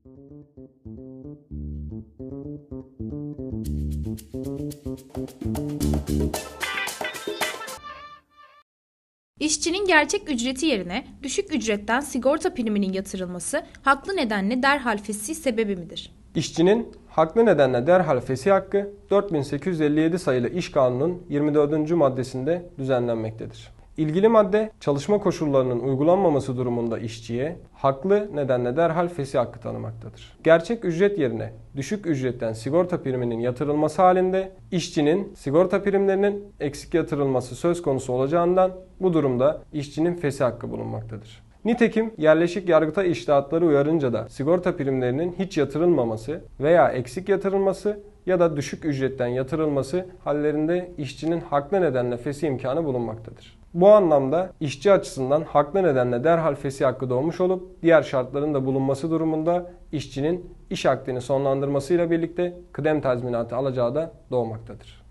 İşçinin gerçek ücreti yerine düşük ücretten sigorta priminin yatırılması haklı nedenle derhal fesih sebebi midir? İşçinin haklı nedenle derhal fesih hakkı 4857 sayılı İş Kanunu'nun 24. maddesinde düzenlenmektedir. İlgili madde çalışma koşullarının uygulanmaması durumunda işçiye haklı nedenle derhal fesih hakkı tanımaktadır. Gerçek ücret yerine düşük ücretten sigorta priminin yatırılması halinde işçinin sigorta primlerinin eksik yatırılması söz konusu olacağından bu durumda işçinin fesih hakkı bulunmaktadır. Nitekim yerleşik Yargıtay içtihatları uyarınca da sigorta primlerinin hiç yatırılmaması veya eksik yatırılması ya da düşük ücretten yatırılması hallerinde işçinin haklı nedenle fesih imkanı bulunmaktadır. Bu anlamda işçi açısından haklı nedenle derhal fesih hakkı doğmuş olup diğer şartların da bulunması durumunda işçinin iş akdini sonlandırmasıyla birlikte kıdem tazminatı alacağı da doğmaktadır.